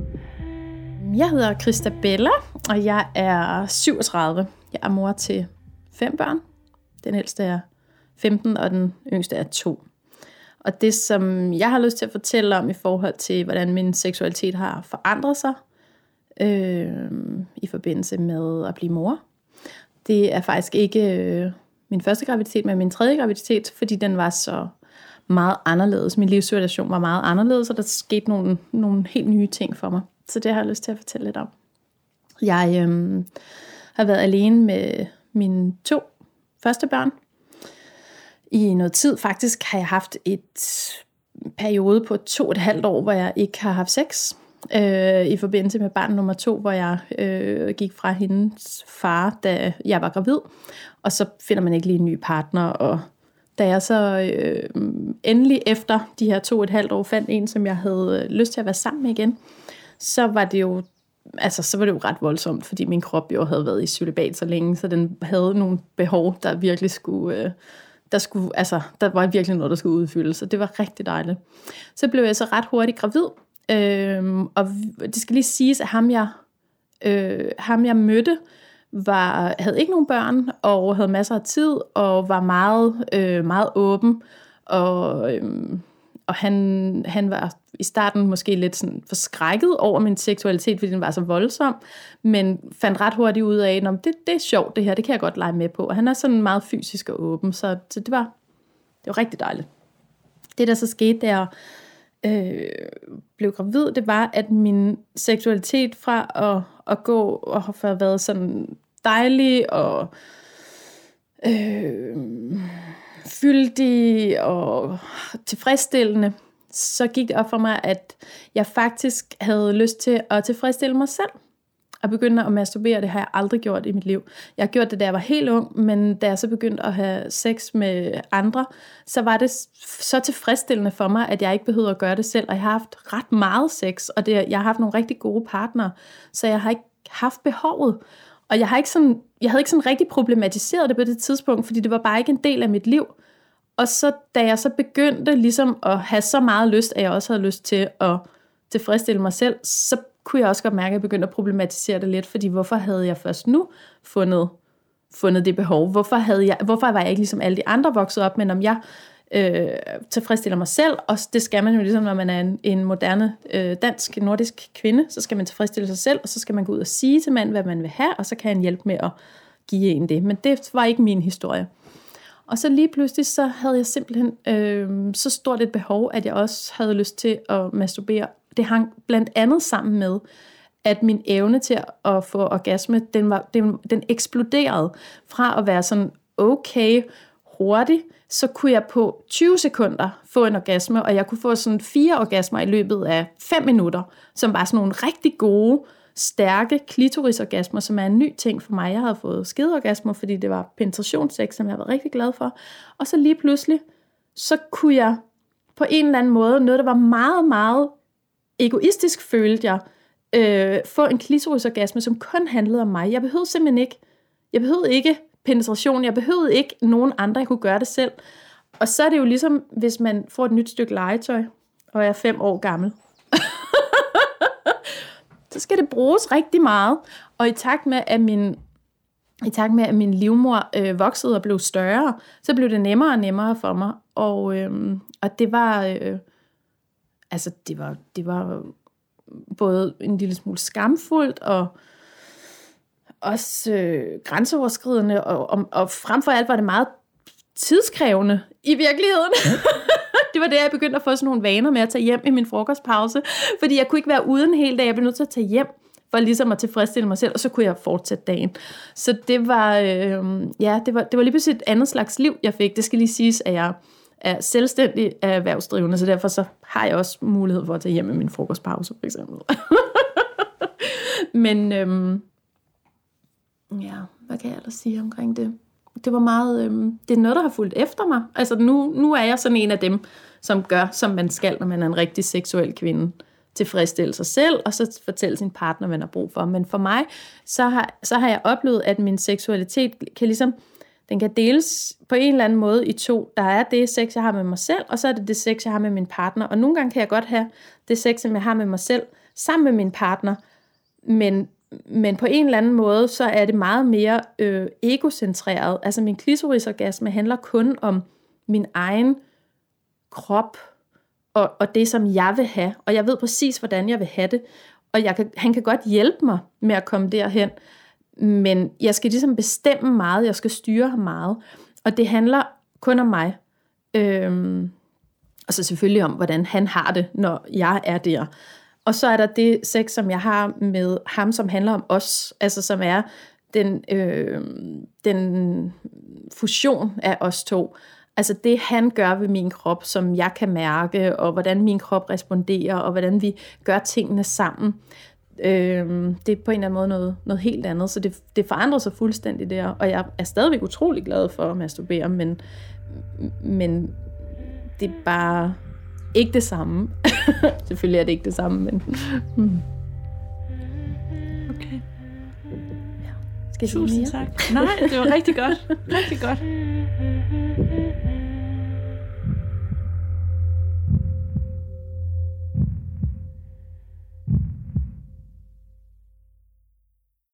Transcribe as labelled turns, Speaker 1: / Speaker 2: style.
Speaker 1: Jeg hedder Christabella, og jeg er 37. Jeg er mor til 5 børn. Den ældste er 15, og den yngste er 2. Og det, som jeg har lyst til at fortælle om i forhold til, hvordan min seksualitet har forandret sig i forbindelse med at blive mor, det er faktisk ikke min første graviditet, men min 3. graviditet, fordi den var så meget anderledes. Min livssituation var meget anderledes, og der skete nogle helt nye ting for mig. Så det har jeg lyst til at fortælle lidt om. Jeg har været alene med mine 2 første børn i noget tid. Faktisk har jeg haft et periode på 2,5 år, hvor jeg ikke har haft sex. I forbindelse med barn nummer 2, hvor jeg gik fra hendes far, da jeg var gravid. Og så finder man ikke lige en ny partner. Og da jeg så endelig efter de her 2,5 år fandt en, som jeg havde lyst til at være sammen med igen, så var det jo ret voldsomt, fordi min krop jo havde været i cølibat så længe, så den havde nogle behov, der virkelig skulle, der var virkelig noget, der skulle udfyldes, så det var rigtig dejligt. Så blev jeg så ret hurtigt gravid, og det skal lige siges, at ham jeg mødte, havde ikke nogen børn, og havde masser af tid, og var meget åben, og han var i starten måske lidt sådan forskrækket over min seksualitet, fordi den var så voldsom, men fandt ret hurtigt ud af, at det er sjovt det her, det kan jeg godt lege med på. Og han er sådan meget fysisk og åben, så det var rigtig dejligt. Det der så skete, da jeg blev gravid, det var, at min seksualitet fra at gå og have været sådan dejlig og fyldig og tilfredsstillende, så gik det op for mig, at jeg faktisk havde lyst til at tilfredsstille mig selv. Og begynde at masturbere, det har jeg aldrig gjort i mit liv. Jeg har gjort det, da jeg var helt ung, men da jeg så begyndte at have sex med andre, så var det så tilfredsstillende for mig, at jeg ikke behøvede at gøre det selv. Og jeg har haft ret meget sex, og jeg har haft nogle rigtig gode partnere, så jeg har ikke haft behovet. Og jeg havde ikke sådan rigtig problematiseret det på det tidspunkt, fordi det var bare ikke en del af mit liv. Og så da jeg så begyndte ligesom at have så meget lyst, at jeg også havde lyst til at tilfredsstille mig selv, så kunne jeg også godt mærke, at jeg begyndte at problematisere det lidt, fordi hvorfor havde jeg først nu fundet det behov? Hvorfor var jeg ikke ligesom alle de andre vokset op, men om jeg tilfredsstiller mig selv, og det skal man jo ligesom, når man er en moderne dansk, nordisk kvinde, så skal man tilfredsstille sig selv, og så skal man gå ud og sige til manden, hvad man vil have, og så kan han hjælpe med at give en det. Men det var ikke min historie. Og så lige pludselig, så havde jeg simpelthen så stort et behov, at jeg også havde lyst til at masturbere. Det hang blandt andet sammen med, at min evne til at få orgasme, den eksploderede fra at være sådan okay hurtig, så kunne jeg på 20 sekunder få en orgasme, og jeg kunne få sådan 4 orgasmer i løbet af 5 minutter, som var sådan nogle rigtig gode, stærke klitorisorgasmer, som er en ny ting for mig. Jeg havde fået skedeorgasmer, fordi det var penetrationssex, som jeg var rigtig glad for. Og så lige pludselig, så kunne jeg på en eller anden måde, noget der var meget, meget egoistisk, følte jeg, få en klitorisorgasme, som kun handlede om mig. Jeg behøvede ikke penetration, jeg behøvede ikke nogen andre, jeg kunne gøre det selv. Og så er det jo ligesom, hvis man får et nyt stykke legetøj, og er 5 år gammel. Så skal det bruges rigtig meget. Og i takt med, at min livmor voksede og blev større, så blev det nemmere og nemmere for mig. Og det var, det var både en lille smule skamfuldt og også grænseoverskridende, og frem for alt var det meget tidskrævende i virkeligheden. Det var det, jeg begyndte at få sådan nogle vaner med at tage hjem i min frokostpause, fordi jeg kunne ikke være uden hele dagen. Jeg blev nødt til at tage hjem for ligesom at tilfredsstille mig selv, og så kunne jeg fortsætte dagen. Så det var, det var lige pludselig et andet slags liv, jeg fik. Det skal lige siges, at jeg er selvstændig erhvervsdrivende, så derfor så har jeg også mulighed for at tage hjem i min frokostpause, for eksempel. Men hvad kan jeg ellers sige omkring det? Det var meget, det er noget, der har fulgt efter mig. Altså nu er jeg sådan en af dem, som gør, som man skal, når man er en rigtig seksuel kvinde. Tilfredsstille sig selv, og så fortælle sin partner, hvad man har brug for. Men for mig, så har jeg oplevet, at min seksualitet den kan deles på en eller anden måde i 2. Der er det sex, jeg har med mig selv, og så er det sex, jeg har med min partner. Og nogle gange kan jeg godt have det sex, som jeg har med mig selv, sammen med min partner, men på en eller anden måde, så er det meget mere egocentreret. Altså min klitorisorgasme handler kun om min egen krop, og det, som jeg vil have. Og jeg ved præcis, hvordan jeg vil have det. Og han kan godt hjælpe mig med at komme derhen, men jeg skal ligesom bestemme meget, jeg skal styre ham meget. Og det handler kun om mig. Og så selvfølgelig om, hvordan han har det, når jeg er der. Og så er der det sex, som jeg har med ham, som handler om os, altså som er den fusion af os to. Altså det, han gør ved min krop, som jeg kan mærke, og hvordan min krop responderer, og hvordan vi gør tingene sammen. Det er på en eller anden måde noget helt andet, så det forandrer sig fuldstændig der. Og jeg er stadigvæk utrolig glad for at masturbere, men det er bare ikke det samme. Selvfølgelig er det ikke det samme, men...
Speaker 2: Okay.
Speaker 1: Ja. Skal jeg sige mere?
Speaker 2: Tusind tak. Nej, det var rigtig godt. Rigtig godt.